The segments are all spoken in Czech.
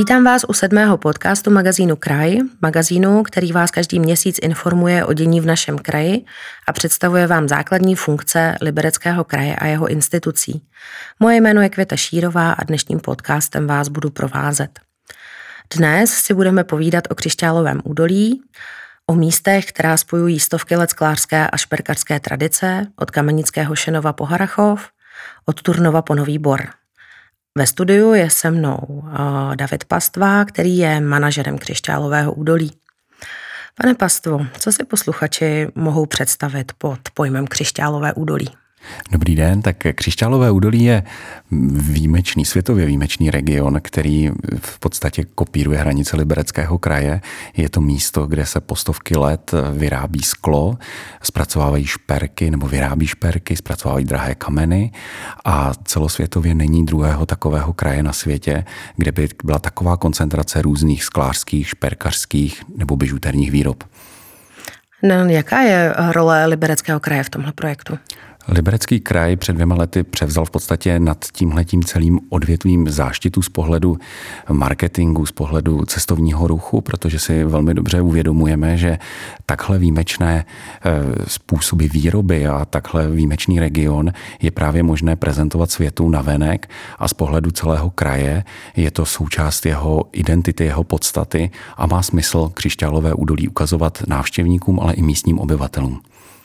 Vítám vás u 7. podcastu magazínu Kraj, magazínu, který vás každý měsíc informuje o dění v našem kraji a představuje vám základní funkce Libereckého kraje a jeho institucí. Moje jméno je Květa Šírová a dnešním podcastem vás budu provázet. Dnes si budeme povídat o Křišťálovém údolí, o místech, která spojují stovky let sklářské a šperkařské tradice, od Kamenického Šenova po Harrachov, od Turnova po Nový Bor. Ve studiu je se mnou David Pastva, který je manažerem Křišťálového údolí. Pane Pastvo, co si posluchači mohou představit pod pojmem Křišťálové údolí? Dobrý den, tak Křišťálové údolí je výjimečný, světově výjimečný region, který v podstatě kopíruje hranice Libereckého kraje. Je to místo, kde se po stovky let vyrábí sklo, zpracovávají šperky nebo vyrábí šperky, zpracovávají drahé kameny a celosvětově není druhého takového kraje na světě, kde by byla taková koncentrace různých sklářských, šperkařských nebo bižuterních výrob. No, jaká je role Libereckého kraje v tomhle projektu? Liberecký kraj před 2 lety převzal v podstatě nad tímhletím celým odvětvím záštitu z pohledu marketingu, z pohledu cestovního ruchu, protože si velmi dobře uvědomujeme, že takhle výjimečné způsoby výroby a takhle výjimečný region je právě možné prezentovat světu navenek a z pohledu celého kraje je to součást jeho identity, jeho podstaty a má smysl Křišťálové údolí ukazovat návštěvníkům, ale i místním obyvatelům.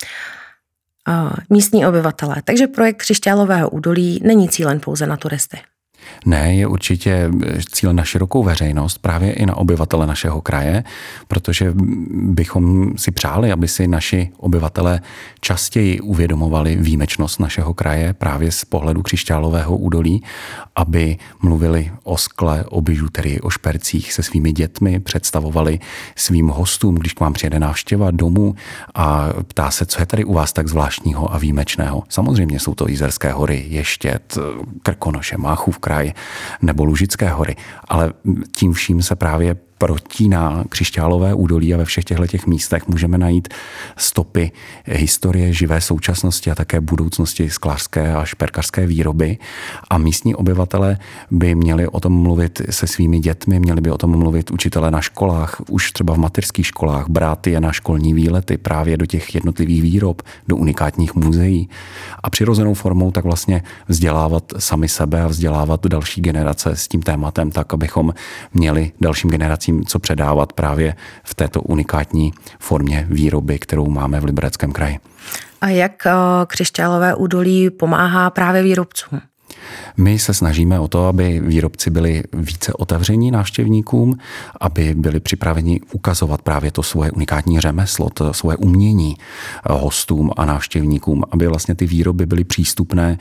Místní obyvatelé. Takže projekt Křišťálového údolí není cílen pouze na turisty. Ne, je určitě cíl na širokou veřejnost, právě i na obyvatele našeho kraje, protože bychom si přáli, aby si naši obyvatelé častěji uvědomovali výjimečnost našeho kraje právě z pohledu Křišťálového údolí, aby mluvili o skle, o bižuterii, o špercích se svými dětmi, představovali svým hostům, když k vám přijede návštěva domů a ptá se, co je tady u vás tak zvláštního a výjimečného. Samozřejmě jsou to Jizerské hory, Ještěd, Krkonoše, Máchův kraj nebo Lužické hory, ale tím vším se právě protíná Křišťálové údolí a ve všech těchto místech můžeme najít stopy historie, živé současnosti a také budoucnosti sklářské a šperkařské výroby a místní obyvatele by měli o tom mluvit se svými dětmi, měli by o tom mluvit učitelé na školách, už třeba v mateřských školách, brát je na školní výlety právě do těch jednotlivých výrob, do unikátních muzeí a přirozenou formou tak vlastně vzdělávat sami sebe a vzdělávat další generace s tím tématem tak, abychom měli dalším generacím co předávat právě v této unikátní formě výroby, kterou máme v Libereckém kraji. A jak Křišťálové údolí pomáhá právě výrobcům? My se snažíme o to, aby výrobci byli více otevření návštěvníkům, aby byli připraveni ukazovat právě to svoje unikátní řemeslo, to svoje umění hostům a návštěvníkům, aby vlastně ty výroby byly přístupné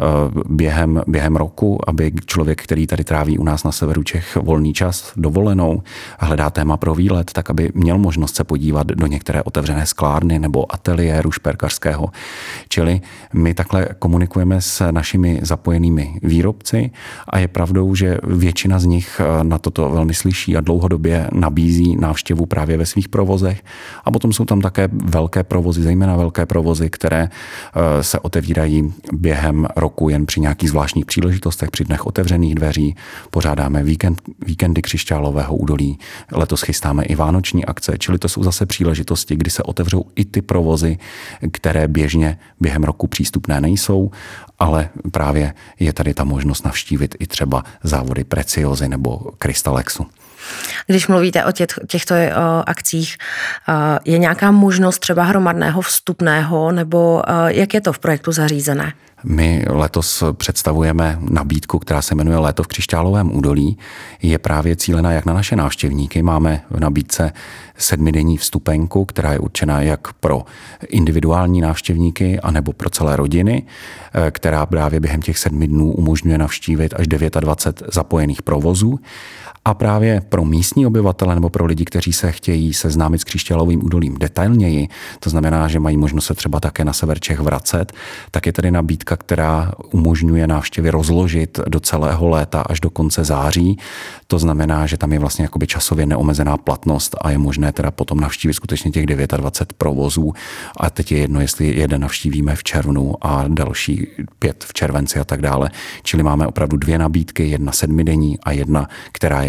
během roku, aby člověk, který tady tráví u nás na severu Čech volný čas, dovolenou, hledá téma pro výlet, tak aby měl možnost se podívat do některé otevřené sklárny nebo ateliéru šperkařského. Čili my takhle komunikujeme s našimi zapojenými výrobci a je pravdou, že většina z nich na toto velmi slyší a dlouhodobě nabízí návštěvu právě ve svých provozech. A potom jsou tam také velké provozy, zejména velké provozy, které se otevírají během roku jen při nějakých zvláštních příležitostech, při dnech otevřených dveří. Pořádáme víkendy Křišťálového údolí, letos chystáme i vánoční akce, čili to jsou zase příležitosti, kdy se otevřou i ty provozy, které běžně během roku přístupné nejsou, ale právě je tady ta možnost navštívit i třeba závody Preciozy nebo Krystalexu. Když mluvíte o těchto akcích, je nějaká možnost třeba hromadného vstupného, nebo jak je to v projektu zařízené? My letos představujeme nabídku, která se jmenuje Léto v Křišťálovém údolí. Je právě cílená jak na naše návštěvníky. Máme v nabídce 7denní vstupenku, která je určena jak pro individuální návštěvníky, anebo pro celé rodiny, která právě během těch 7 dnů umožňuje navštívit až 29 zapojených provozů. A právě pro místní obyvatele nebo pro lidi, kteří se chtějí seznámit s Křišťálovým údolím detailněji, to znamená, že mají možnost se třeba také na sever Čech vracet, tak je tady nabídka, která umožňuje návštěvy rozložit do celého léta až do konce září. To znamená, že tam je vlastně jakoby časově neomezená platnost a je možné teda potom navštívit skutečně těch 29 provozů. A teď je jedno, jestli jeden navštívíme v červnu a další 5 v červenci a tak dále. Čili máme opravdu 2 nabídky, jedna 7denní a jedna, která je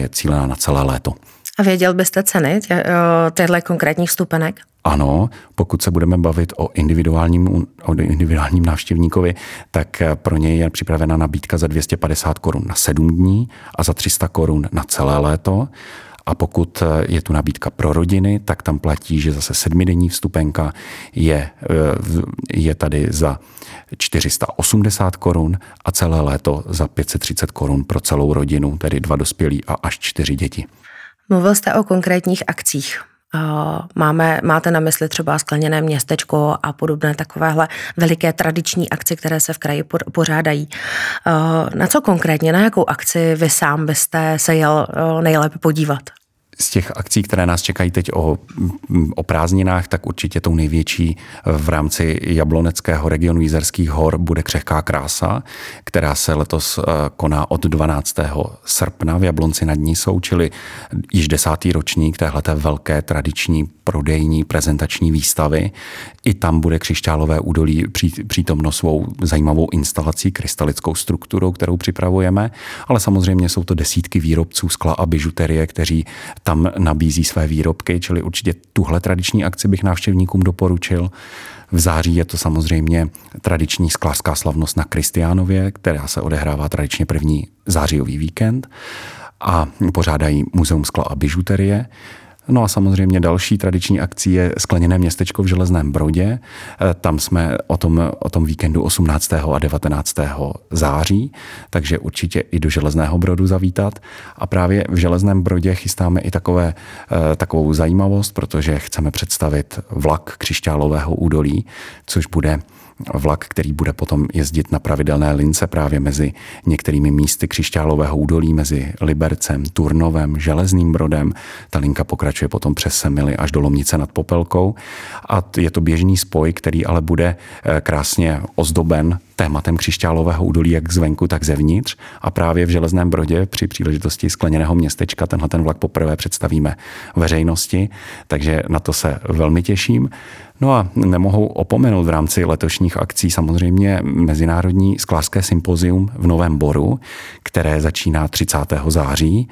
je cílená na celé léto. A věděl byste ceny těchto konkrétních vstupenek? Ano, pokud se budeme bavit o individuálním návštěvníkovi, tak pro něj je připravena nabídka za 250 korun na 7 dní a za 300 korun na celé léto. A pokud je tu nabídka pro rodiny, tak tam platí, že zase 7denní vstupenka je tady za 480 korun a celé léto za 530 korun pro celou rodinu, tedy 2 dospělí a až 4 děti. Mluvil jste o konkrétních akcích. Máte na mysli třeba Skleněné městečko a podobné takovéhle veliké tradiční akce, které se v kraji pořádají. Na co konkrétně, na jakou akci vy sám byste se jel nejlépe podívat? Z těch akcí, které nás čekají teď o prázdninách, tak určitě tou největší v rámci Jabloneckého regionu Jizerských hor bude Křehká krása, která se letos koná od 12. srpna v Jablonci nad Nisou, čili již 10. ročník téhleté velké tradiční prodejní prezentační výstavy. I tam bude Křišťálové údolí přítomno svou zajímavou instalací, krystalickou strukturou, kterou připravujeme, ale samozřejmě jsou to desítky výrobců skla a bižuterie, kteří tam nabízí své výrobky, čili určitě tuhle tradiční akci bych návštěvníkům doporučil. V září je to samozřejmě tradiční sklářská slavnost na Kristiánově, která se odehrává tradičně první zářijový víkend a pořádají Muzeum skla a bižuterie. No a samozřejmě další tradiční akcí je Skleněné městečko v Železném Brodě. Tam jsme o tom víkendu 18. a 19. září, takže určitě i do Železného Brodu zavítat. A právě v Železném Brodě chystáme i takovou zajímavost, protože chceme představit vlak Křišťálového údolí, což bude vlak, který bude potom jezdit na pravidelné lince právě mezi některými místy Křišťálového údolí, mezi Libercem, Turnovem, Železným Brodem. Ta linka pokračuje potom přes Semily až do Lomnice nad Popelkou. A je to běžný spoj, který ale bude krásně ozdoben tématem Křišťálového údolí jak zvenku, tak zevnitř. A právě v Železném Brodě při příležitosti Skleněného městečka ten vlak poprvé představíme veřejnosti, takže na to se velmi těším. No a nemohou opomenout v rámci letošních akcí samozřejmě Mezinárodní sklářské sympozium v Novém Boru, které začíná 30. září.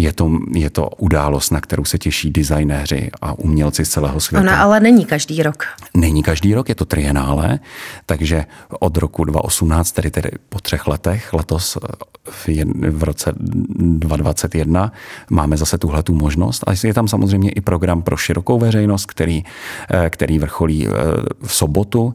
Je to událost, na kterou se těší designéři a umělci z celého světa. Ona ale není každý rok. Není každý rok, je to trienále, takže od roku 2018, tedy po 3 letech, letos v roce 2021 máme zase tuhletu možnost. A je tam samozřejmě i program pro širokou veřejnost, který vrcholí v sobotu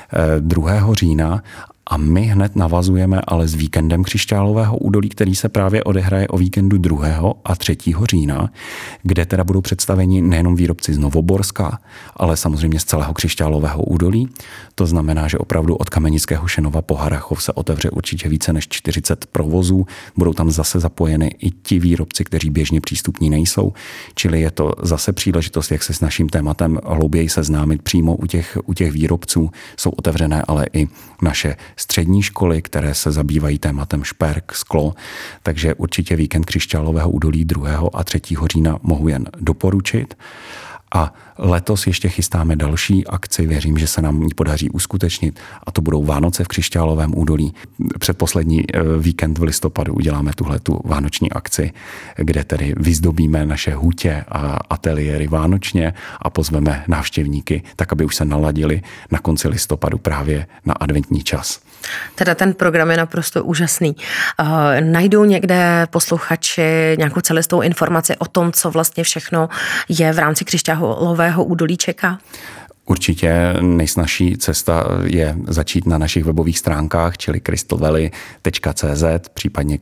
2. října. A my hned navazujeme ale s víkendem Křišťálového údolí, který se právě odehraje o víkendu 2. a 3. října, kde teda budou představeni nejenom výrobci z Novoborska, ale samozřejmě z celého Křišťálového údolí. To znamená, že opravdu od Kamenického Šenova po Harrachov se otevře určitě více než 40 provozů. Budou tam zase zapojeny i ti výrobci, kteří běžně přístupní nejsou. Čili je to zase příležitost, jak se s naším tématem hlouběji seznámit přímo u těch výrobců. Jsou otevřené ale i naše střední školy, které se zabývají tématem šperk, sklo, takže určitě víkend Křišťálového údolí 2. a 3. října mohu jen doporučit. A letos ještě chystáme další akci, věřím, že se nám ji podaří uskutečnit, a to budou Vánoce v Křišťálovém údolí. Předposlední víkend v listopadu uděláme tuhletu vánoční akci, kde tedy vyzdobíme naše hutě a ateliéry vánočně a pozveme návštěvníky, tak aby už se naladili na konci listopadu právě na adventní čas. Teda ten program je naprosto úžasný. Najdou někde posluchači nějakou celistou informaci o tom, co vlastně všechno je v rámci Křišťálového údolí čeká? Určitě nejsnažší cesta je začít na našich webových stránkách, čili crystalvalley.cz, případně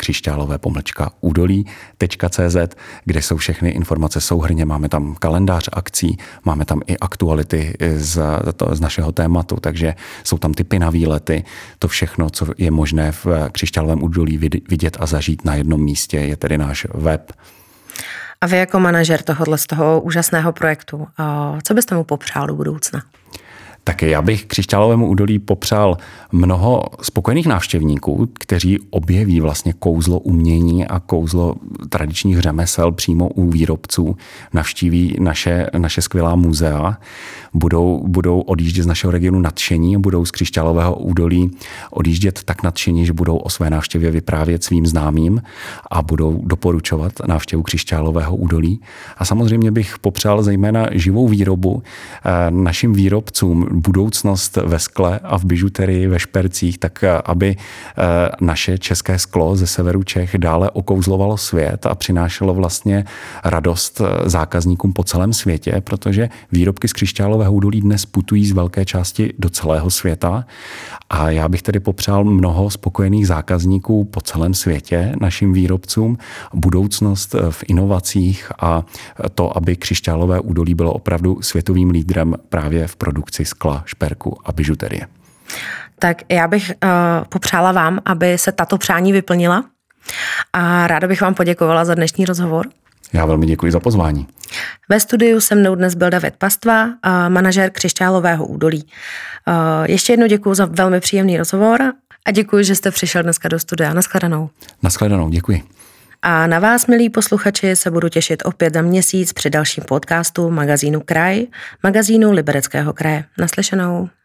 křišťálové-údolí.cz, kde jsou všechny informace souhrnně. Máme tam kalendář akcí, máme tam i aktuality z našeho tématu, takže jsou tam tipy na výlety. To všechno, co je možné v Křišťálovém údolí vidět a zažít na jednom místě, je tedy náš web. A vy jako manažer z toho úžasného projektu, co byste mu popřál do budoucna? Tak já bych Křišťálovému údolí popřál mnoho spokojených návštěvníků, kteří objeví vlastně kouzlo umění a kouzlo tradičních řemesel přímo u výrobců, navštíví naše skvělá muzea, budou odjíždět z našeho regionu nadšení, budou z Křišťálového údolí odjíždět tak nadšení, že budou o své návštěvě vyprávět svým známým a budou doporučovat návštěvu Křišťálového údolí. A samozřejmě bych popřál zejména živou výrobu našim výrobcům, budoucnost ve skle a v bižuterii, ve špercích, tak aby naše české sklo ze severu Čech dále okouzlovalo svět a přinášelo vlastně radost zákazníkům po celém světě, protože výrobky z Křišťálového údolí dnes putují z velké části do celého světa. A já bych tedy popřál mnoho spokojených zákazníků po celém světě našim výrobcům, budoucnost v inovacích a to, aby Křišťálové údolí bylo opravdu světovým lídrem právě v produkci skla, šperku a bižuterie. Tak já bych popřála vám, aby se tato přání vyplnila a ráda bych vám poděkovala za dnešní rozhovor. Já velmi děkuji za pozvání. Ve studiu se mnou dnes byl David Pastva, manažer Křišťálového údolí. Ještě jednou děkuji za velmi příjemný rozhovor a děkuji, že jste přišel dneska do studia. Nashledanou. Nashledanou, děkuji. A na vás, milí posluchači, se budu těšit opět za měsíc při dalším podcastu magazínu Kraj, magazínu Libereckého kraje. Naslyšenou.